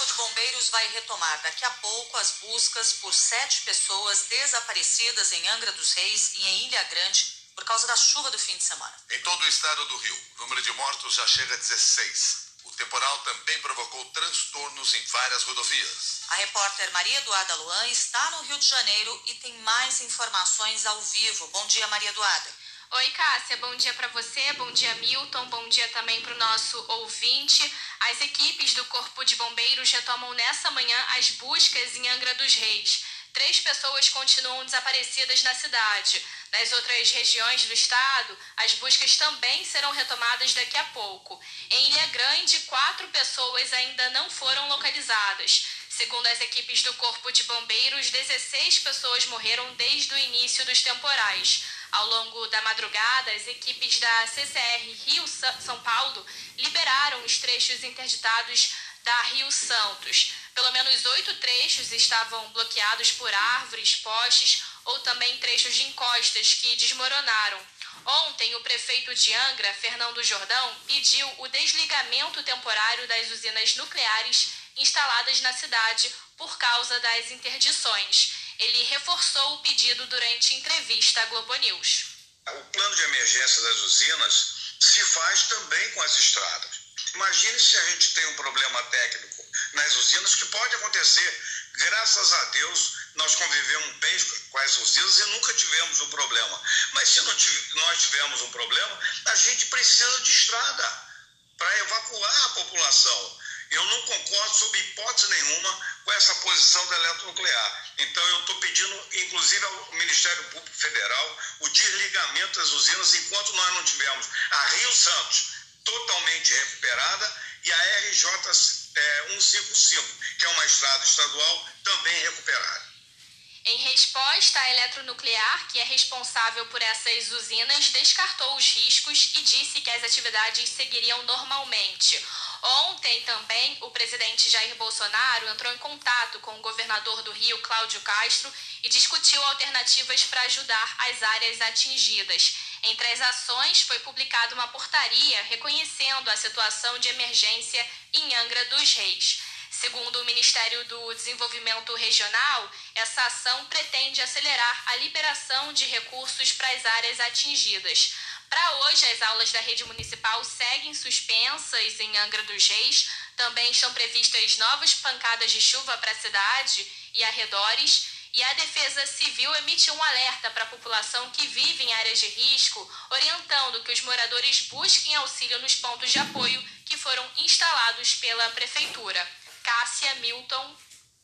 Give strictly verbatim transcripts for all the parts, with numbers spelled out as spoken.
Corpo de Bombeiros vai retomar daqui a pouco as buscas por sete pessoas desaparecidas em Angra dos Reis e em Ilha Grande por causa da chuva do fim de semana. Em todo o estado do Rio, o número de mortos já chega a dezesseis. O temporal também provocou transtornos em várias rodovias. A repórter Maria Eduarda Luan está no Rio de Janeiro e tem mais informações ao vivo. Bom dia, Maria Eduarda. Oi, Cássia, bom dia para você, bom dia, Milton, bom dia também para o nosso ouvinte. As equipes do Corpo de Bombeiros retomam nessa manhã as buscas em Angra dos Reis. Três pessoas continuam desaparecidas na cidade. Nas outras regiões do estado, as buscas também serão retomadas daqui a pouco. Em Ilha Grande, quatro pessoas ainda não foram localizadas. Segundo as equipes do Corpo de Bombeiros, dezesseis pessoas morreram desde o início dos temporais. Ao longo da madrugada, as equipes da C C R Rio-São Paulo liberaram os trechos interditados da Rio Santos. Pelo menos oito trechos estavam bloqueados por árvores, postes ou também trechos de encostas que desmoronaram. Ontem, o prefeito de Angra, Fernando Jordão, pediu o desligamento temporário das usinas nucleares instaladas na cidade por causa das interdições. Ele reforçou o pedido durante entrevista à Globo News. O plano de emergência das usinas se faz também com as estradas. Imagine se a gente tem um problema técnico nas usinas, que pode acontecer. Graças a Deus, nós convivemos bem com as usinas e nunca tivemos um problema. Mas se não tiv- nós tivermos um problema, a gente precisa de estrada para evacuar a população. Eu não concordo, sob hipótese nenhuma, com essa posição da eletronuclear. Então, eu estou pedindo, inclusive, ao Ministério Público Federal, o desligamento das usinas enquanto nós não tivermos a Rio Santos totalmente recuperada e a R J cento e cinquenta e cinco, que é uma estrada estadual, também recuperada. Em resposta, a eletronuclear, que é responsável por essas usinas, descartou os riscos e disse que as atividades seguiriam normalmente. Ontem também, o presidente Jair Bolsonaro entrou em contato com o governador do Rio, Cláudio Castro, e discutiu alternativas para ajudar as áreas atingidas. Entre as ações, foi publicada uma portaria reconhecendo a situação de emergência em Angra dos Reis. Segundo o Ministério do Desenvolvimento Regional, essa ação pretende acelerar a liberação de recursos para as áreas atingidas. Para hoje, as aulas da rede municipal seguem suspensas em Angra dos Reis. Também estão previstas novas pancadas de chuva para a cidade e arredores. E a Defesa Civil emitiu um alerta para a população que vive em áreas de risco, orientando que os moradores busquem auxílio nos pontos de apoio que foram instalados pela Prefeitura. Cássia, Milton.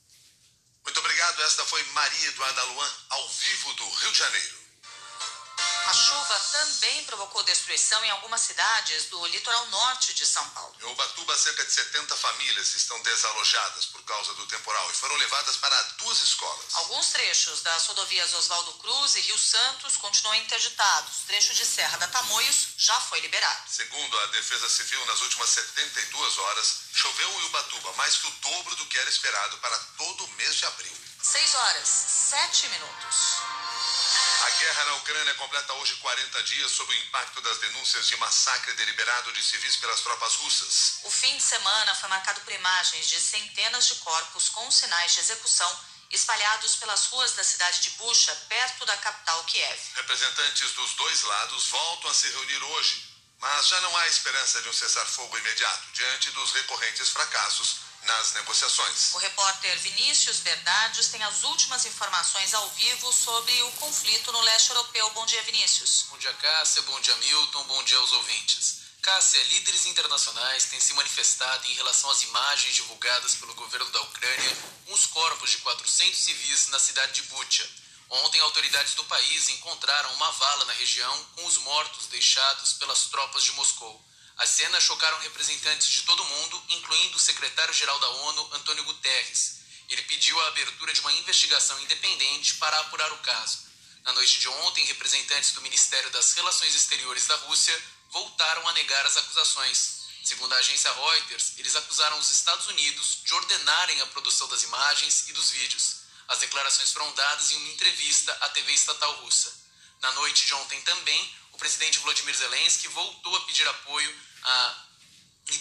Muito obrigado. Esta foi Maria Eduarda Luan, ao vivo do Rio de Janeiro. A chuva também provocou destruição em algumas cidades do litoral norte de São Paulo. Em Ubatuba, cerca de setenta famílias estão desalojadas por causa do temporal e foram levadas para duas escolas. Alguns trechos das rodovias Oswaldo Cruz e Rio Santos continuam interditados. O trecho de Serra da Tamoios já foi liberado. Segundo a Defesa Civil, nas últimas setenta e duas horas, choveu em Ubatuba mais que o dobro do que era esperado para todo o mês de abril. seis horas, sete minutos. A guerra na Ucrânia completa hoje quarenta dias sob o impacto das denúncias de massacre deliberado de civis pelas tropas russas. O fim de semana foi marcado por imagens de centenas de corpos com sinais de execução espalhados pelas ruas da cidade de Bucha, perto da capital Kiev. Representantes dos dois lados voltam a se reunir hoje, mas já não há esperança de um cessar-fogo imediato diante dos recorrentes fracassos nas negociações. O repórter Vinícius Bernardes tem as últimas informações ao vivo sobre o conflito no leste europeu. Bom dia, Vinícius. Bom dia, Cássia. Bom dia, Milton. Bom dia aos ouvintes. Cássia, líderes internacionais têm se manifestado em relação às imagens divulgadas pelo governo da Ucrânia com os corpos de quatrocentos civis na cidade de Bucha. Ontem, autoridades do país encontraram uma vala na região com os mortos deixados pelas tropas de Moscou. As cenas chocaram representantes de todo o mundo, incluindo o secretário-geral da ONU, Antônio Guterres. Ele pediu a abertura de uma investigação independente para apurar o caso. Na noite de ontem, representantes do Ministério das Relações Exteriores da Rússia voltaram a negar as acusações. Segundo a agência Reuters, eles acusaram os Estados Unidos de ordenarem a produção das imagens e dos vídeos. As declarações foram dadas em uma entrevista à T V estatal russa. Na noite de ontem também, o presidente Volodymyr Zelensky voltou a pedir apoio a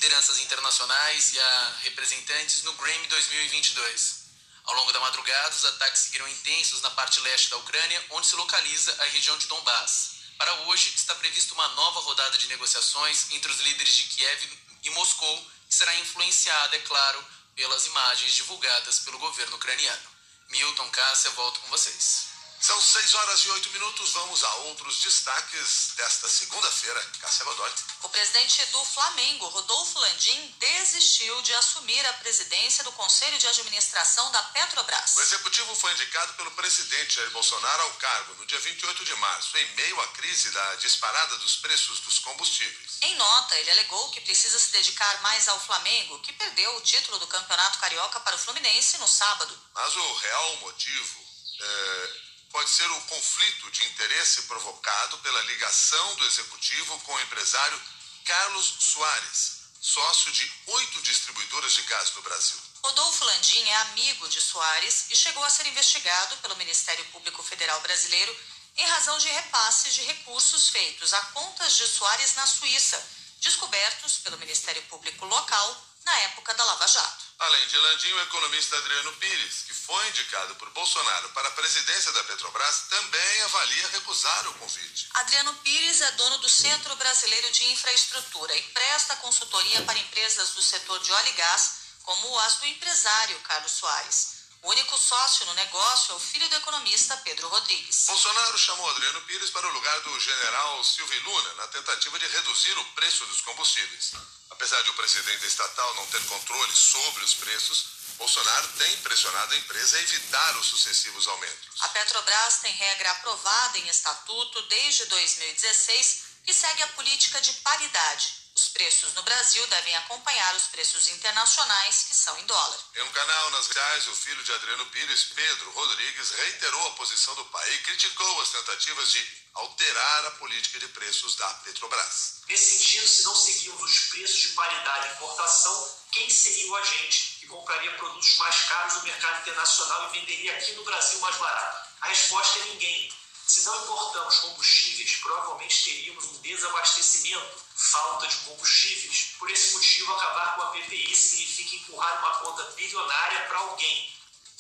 lideranças internacionais e a representantes no Grammy dois mil e vinte e dois. Ao longo da madrugada, os ataques seguiram intensos na parte leste da Ucrânia, onde se localiza a região de Donbass. Para hoje, está prevista uma nova rodada de negociações entre os líderes de Kiev e Moscou, que será influenciada, é claro, pelas imagens divulgadas pelo governo ucraniano. Milton, Cássia, volto com vocês. São seis horas e oito minutos, vamos a outros destaques desta segunda-feira. Cássia Godoy. O presidente do Flamengo, Rodolfo Landim, desistiu de assumir a presidência do Conselho de Administração da Petrobras. O executivo foi indicado pelo presidente Jair Bolsonaro ao cargo no dia vinte e oito de março, em meio à crise da disparada dos preços dos combustíveis. Em nota, ele alegou que precisa se dedicar mais ao Flamengo, que perdeu o título do Campeonato Carioca para o Fluminense no sábado. Mas o real motivo é... pode ser o conflito de interesse provocado pela ligação do executivo com o empresário Carlos Soares, sócio de oito distribuidoras de gás no Brasil. Rodolfo Landim é amigo de Soares e chegou a ser investigado pelo Ministério Público Federal Brasileiro em razão de repasses de recursos feitos a contas de Soares na Suíça, descobertos pelo Ministério Público local na época da Lava Jato. Além de Landim, o economista Adriano Pires, que foi indicado por Bolsonaro para a presidência da Petrobras, também avalia recusar o convite. Adriano Pires é dono do Centro Brasileiro de Infraestrutura e presta consultoria para empresas do setor de óleo e gás, como as do empresário Carlos Soares. O único sócio no negócio é o filho do economista Pedro Rodrigues. Bolsonaro chamou Adriano Pires para o lugar do general Silvio Luna na tentativa de reduzir o preço dos combustíveis. Apesar de o presidente da estatal não ter controle sobre os preços, Bolsonaro tem pressionado a empresa a evitar os sucessivos aumentos. A Petrobras tem regra aprovada em estatuto desde dois mil e dezesseis que segue a política de paridade. Os preços no Brasil devem acompanhar os preços internacionais, que são em dólar. Em um canal nas redes, o filho de Adriano Pires, Pedro Rodrigues, reiterou a posição do pai e criticou as tentativas de alterar a política de preços da Petrobras. Nesse sentido, se não seguirmos os preços de paridade de importação, quem seria o agente que compraria produtos mais caros no mercado internacional e venderia aqui no Brasil mais barato? A resposta é ninguém. Se não importamos combustíveis, provavelmente teríamos um desabastecimento, falta de combustíveis. Por esse motivo, acabar com a P P I significa empurrar uma conta bilionária para alguém.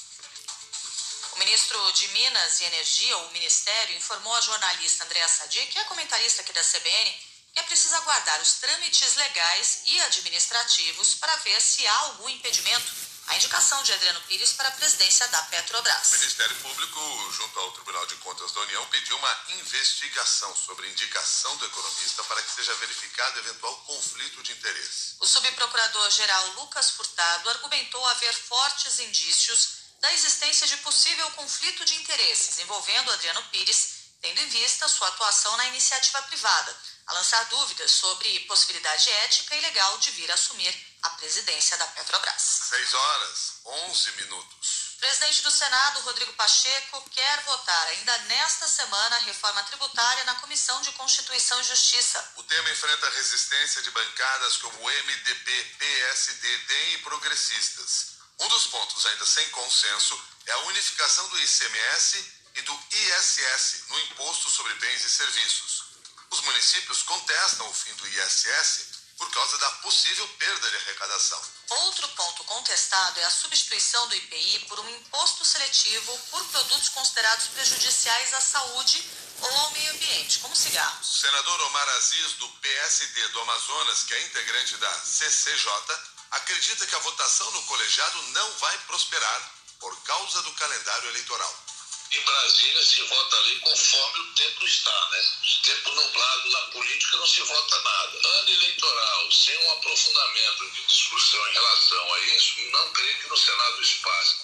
O ministro de Minas e Energia, o Ministério, informou a jornalista Andréa Sadi, que é comentarista aqui da C B N, que é preciso aguardar os trâmites legais e administrativos para ver se há algum impedimento à indicação de Adriano Pires para a presidência da Petrobras. O Ministério Público, junto ao Tribunal de Contas da União, pediu uma investigação sobre a indicação do economista para que seja verificado eventual conflito de interesse. O subprocurador-geral Lucas Furtado argumentou haver fortes indícios da existência de possível conflito de interesses envolvendo Adriano Pires, tendo em vista sua atuação na iniciativa privada, a lançar dúvidas sobre possibilidade ética e legal de vir a assumir a presidência da Petrobras. seis horas, onze minutos. O presidente do Senado, Rodrigo Pacheco, quer votar ainda nesta semana a reforma tributária na Comissão de Constituição e Justiça. O tema enfrenta resistência de bancadas como M D B, P S D, D E M e progressistas. Um dos pontos ainda sem consenso é a unificação do I C M S e do I S S no Imposto sobre Bens e Serviços. Os municípios contestam o fim do I S S por causa da possível perda de arrecadação. Outro ponto contestado é a substituição do I P I por um imposto seletivo por produtos considerados prejudiciais à saúde ou ao meio ambiente, como cigarros. O senador Omar Aziz, do P S D do Amazonas, que é integrante da C C J, acredita que a votação no colegiado não vai prosperar por causa do calendário eleitoral. Em Brasília se vota ali conforme o tempo está, né? Tempo nublado na política não se vota nada. Ano eleitoral, sem um aprofundamento de discussão em relação a isso, não creio que no Senado isso passe.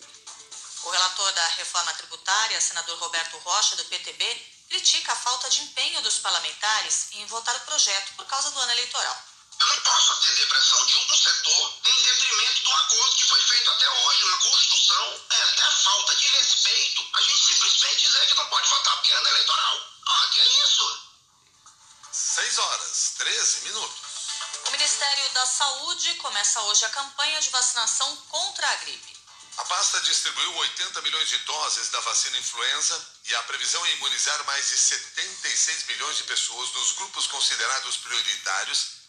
O relator da reforma tributária, senador Roberto Rocha, do P T B, critica a falta de empenho dos parlamentares em votar o projeto por causa do ano eleitoral. Eu não posso atender pressão de um do setor em detrimento do acordo que foi feito até hoje na Constituição. É até a falta de respeito a gente simplesmente dizer que não pode votar porque é ano eleitoral. Ah, que é isso? seis horas, treze minutos. O Ministério da Saúde começa hoje a campanha de vacinação contra a gripe. A pasta distribuiu oitenta milhões de doses da vacina influenza e a previsão é imunizar mais de setenta e seis milhões de pessoas nos grupos considerados prioritários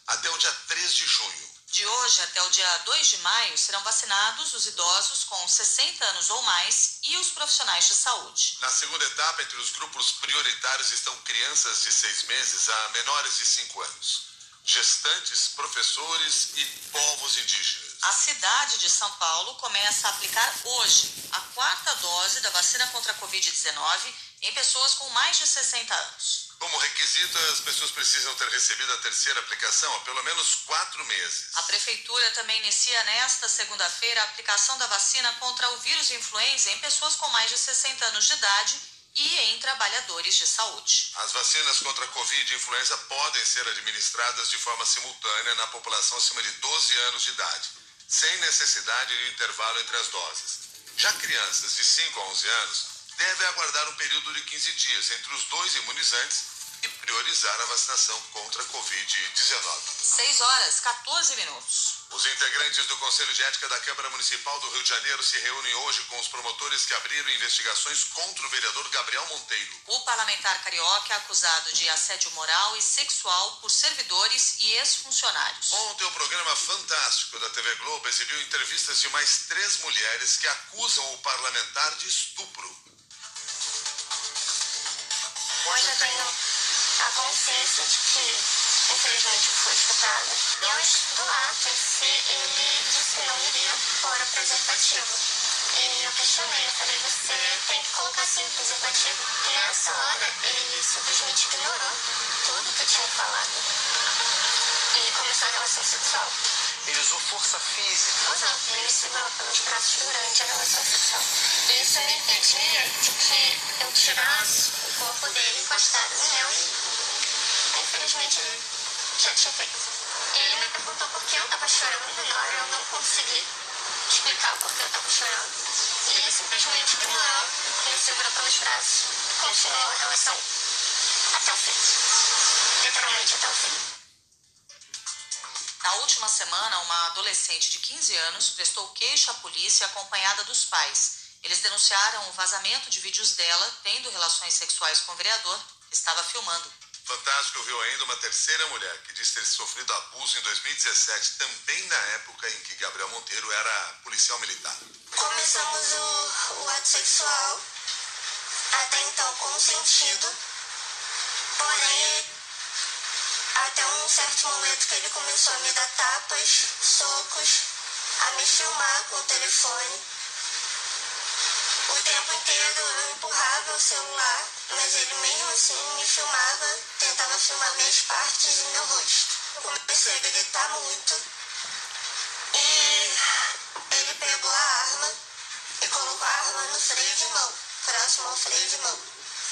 até o dia três de junho. De hoje até o dia dois de maio serão vacinados os idosos com sessenta anos ou mais e os profissionais de saúde. Na segunda etapa, entre os grupos prioritários estão crianças de seis meses a menores de cinco anos, gestantes, professores e povos indígenas. A cidade de São Paulo começa a aplicar hoje a quarta dose da vacina contra a covid dezenove em pessoas com mais de sessenta anos. Como requisito, as pessoas precisam ter recebido a terceira aplicação há pelo menos quatro meses. A Prefeitura também inicia nesta segunda-feira a aplicação da vacina contra o vírus influenza em pessoas com mais de sessenta anos de idade e em trabalhadores de saúde. As vacinas contra a Covid e influenza podem ser administradas de forma simultânea na população acima de doze anos de idade, sem necessidade de intervalo entre as doses. Já crianças de cinco a onze anos devem aguardar um período de quinze dias entre os dois imunizantes e priorizar a vacinação contra a covid dezenove. seis horas, quatorze minutos. Os integrantes do Conselho de Ética da Câmara Municipal do Rio de Janeiro se reúnem hoje com os promotores que abriram investigações contra o vereador Gabriel Monteiro. O parlamentar carioca é acusado de assédio moral e sexual por servidores e ex-funcionários. Ontem, o programa Fantástico da T V Globo exibiu entrevistas de mais três mulheres que acusam o parlamentar de estupro. Hoje eu tenho a consciência de que, infelizmente, eu fui estuprada. Eu estudo lá se ele disse que não iria pôr o preservativo. E eu questionei, eu falei, você tem que colocar sim o preservativo. E nessa hora, ele simplesmente ignorou tudo que eu tinha falado e começou a relação sexual. Ele usou força física? Usou, ele me segurou pelos braços durante a relação sexual. Isso me impedia de que eu tirasse o corpo dele encostado no meu e, infelizmente, ele já tinha feito. Ele me perguntou por que eu estava chorando e eu não consegui explicar o porquê eu estava chorando. E ele simplesmente ignorou, me segurou pelos braços e continuou a relação até o fim. Literalmente até o fim. Na última semana, uma adolescente de quinze anos prestou queixa à polícia acompanhada dos pais. Eles denunciaram o vazamento de vídeos dela tendo relações sexuais com o vereador que estava filmando. Fantástico viu ainda uma terceira mulher que diz ter sofrido abuso em dois mil e dezessete, também na época em que Gabriel Monteiro era policial militar. Começamos o, o ato sexual, até então consentido, porém, até um certo momento que ele começou a me dar tapas, socos, a me filmar com o telefone. O tempo inteiro eu empurrava o celular, mas ele mesmo assim me filmava, tentava filmar minhas partes e meu rosto. Eu comecei a gritar muito e ele pegou a arma e colocou a arma no freio de mão, próximo ao freio de mão.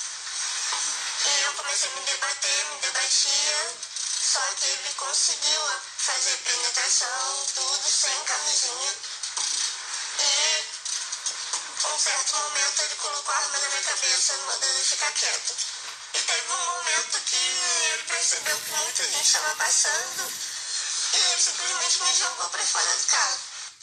E eu comecei a me debater, me debatia, só que ele conseguiu fazer penetração, tudo sem camisinha. E um certo momento ele colocou a arma na minha cabeça, mandando eu ficar quieto. E teve um momento que ele percebeu que muita gente estava passando e ele simplesmente me jogou para fora do carro.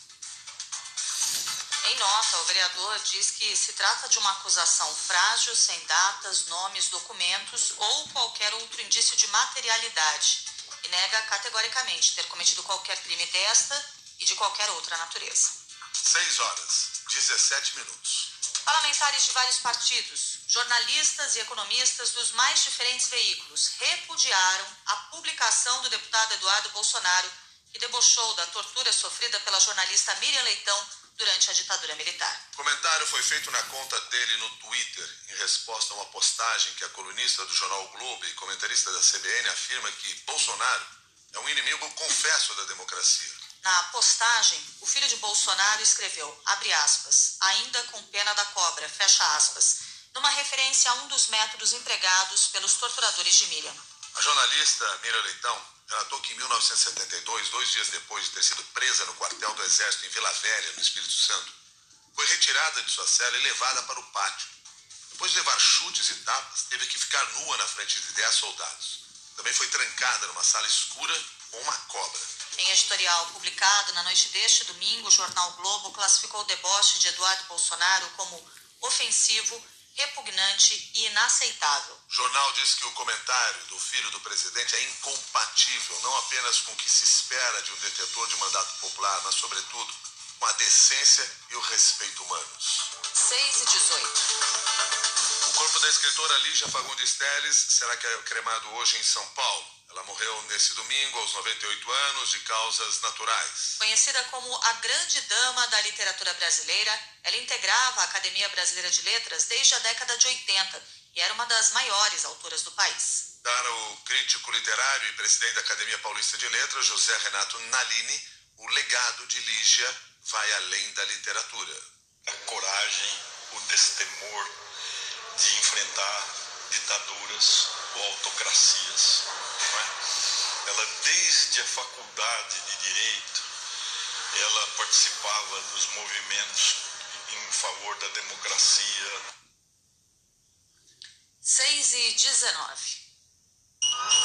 Em nota, o vereador diz que se trata de uma acusação frágil, sem datas, nomes, documentos ou qualquer outro indício de materialidade e nega categoricamente ter cometido qualquer crime desta e de qualquer outra natureza. seis horas, dezessete minutos. Parlamentares de vários partidos, jornalistas e economistas dos mais diferentes veículos repudiaram a publicação do deputado Eduardo Bolsonaro, que debochou da tortura sofrida pela jornalista Miriam Leitão durante a ditadura militar. O comentário foi feito na conta dele no Twitter, em resposta a uma postagem que a colunista do jornal o Globo e comentarista da C B N afirma que Bolsonaro é um inimigo confesso da democracia. Na postagem, o filho de Bolsonaro escreveu, abre aspas, ainda com pena da cobra, fecha aspas, numa referência a um dos métodos empregados pelos torturadores de Miriam. A jornalista Miriam Leitão relatou que em mil novecentos e setenta e dois, dois dias depois de ter sido presa no quartel do Exército em Vila Velha, no Espírito Santo, foi retirada de sua cela e levada para o pátio. Depois de levar chutes e tapas, teve que ficar nua na frente de dez soldados. Também foi trancada numa sala escura com uma cobra. Em editorial publicado na noite deste domingo, o jornal Globo classificou o deboche de Eduardo Bolsonaro como ofensivo repugnante e inaceitável. O jornal diz que o comentário do filho do presidente é incompatível, não apenas com o que se espera de um detentor de mandato popular, mas, sobretudo, com a decência e o respeito humanos. seis e dezoito. O corpo da escritora Lígia Fagundes Telles será cremado hoje em São Paulo. Ela morreu nesse domingo, aos noventa e oito anos, de causas naturais. Conhecida como a grande dama da literatura brasileira, ela integrava a Academia Brasileira de Letras desde a década de oitenta e era uma das maiores autoras do país. Para o crítico literário e presidente da Academia Paulista de Letras, José Renato Nalini, o legado de Lígia vai além da literatura. A coragem, o destemor de enfrentar ditaduras ou autocracias. Não é? Ela, desde a faculdade de Direito, ela participava dos movimentos em favor da democracia. seis e dezenove.